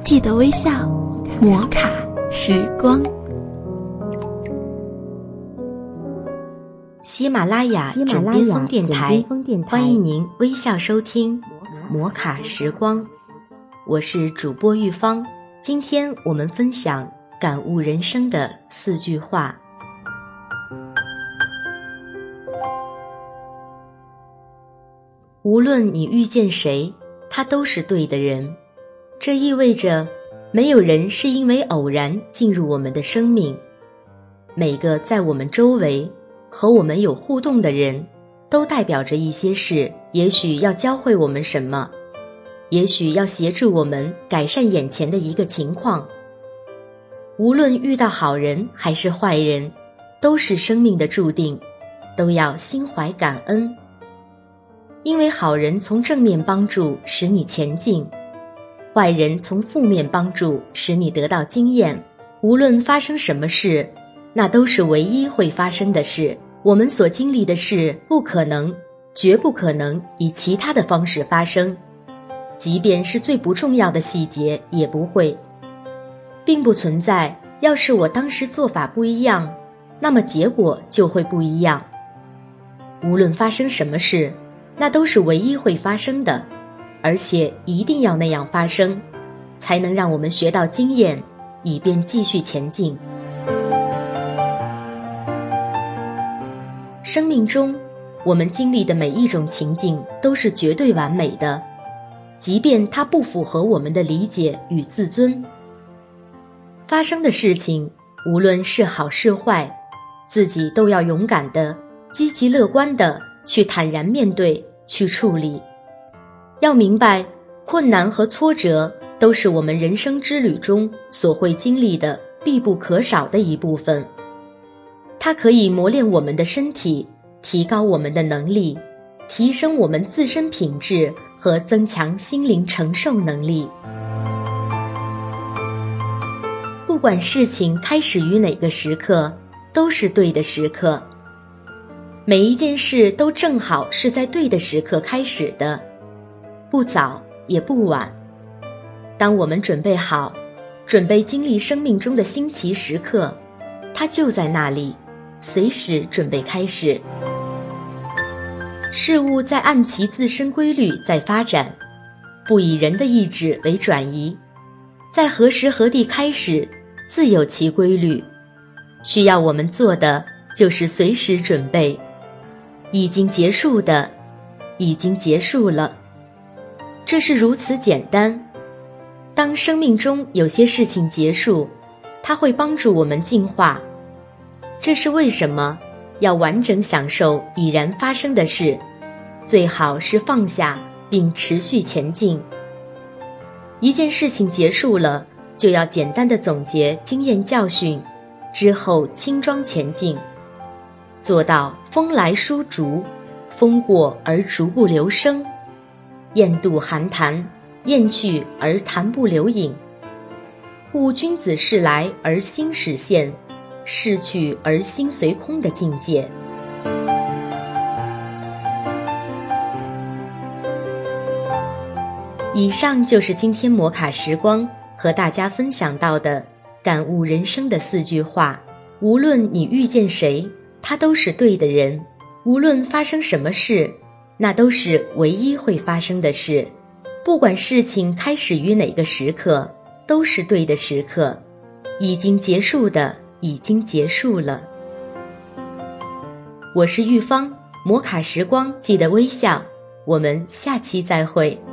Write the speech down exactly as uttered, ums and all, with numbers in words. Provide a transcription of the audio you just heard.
记得微笑，摩卡时光。 喜马拉雅枕边风电台，欢迎您微笑收听摩卡时光。我是主播玉芳，今天我们分享感悟人生的四句话。无论你遇见谁，他都是对的人。这意味着没有人是因为偶然进入我们的生命，每个在我们周围和我们有互动的人都代表着一些事，也许要教会我们什么，也许要协助我们改善眼前的一个情况。无论遇到好人还是坏人，都是生命的注定，都要心怀感恩。因为好人从正面帮助使你前进，坏人从负面帮助使你得到经验。无论发生什么事，那都是唯一会发生的事。我们所经历的事不可能，绝不可能以其他的方式发生，即便是最不重要的细节也不会，并不存在要是我当时做法不一样，那么结果就会不一样。无论发生什么事，那都是唯一会发生的，而且一定要那样发生，才能让我们学到经验，以便继续前进。生命中，我们经历的每一种情境都是绝对完美的，即便它不符合我们的理解与自尊。发生的事情，无论是好是坏，自己都要勇敢的、积极乐观的去坦然面对，去处理。要明白，困难和挫折都是我们人生之旅中所会经历的必不可少的一部分。它可以磨练我们的身体，提高我们的能力，提升我们自身品质和增强心灵承受能力。不管事情开始于哪个时刻，都是对的时刻。每一件事都正好是在对的时刻开始的，不早也不晚。当我们准备好，准备经历生命中的新奇时刻，它就在那里，随时准备开始。事物在按其自身规律在发展，不以人的意志为转移，在何时何地开始，自有其规律。需要我们做的就是随时准备。已经结束的，已经结束了。这是如此简单。当生命中有些事情结束，它会帮助我们进化。这是为什么要完整享受已然发生的事，最好是放下并持续前进。一件事情结束了，就要简单的总结经验教训，之后轻装前进，做到风来疏竹，风过而竹不留声，雁渡寒潭，雁去而潭不留影。故君子事来而心始现，事去而心随空的境界。以上就是今天摩卡时光和大家分享到的感悟人生的四句话。无论你遇见谁，他都是对的人。无论发生什么事，那都是唯一会发生的事。不管事情开始于哪个时刻，都是对的时刻。已经结束的，已经结束了。我是玉芳，摩卡时光，记得微笑。我们下期再会。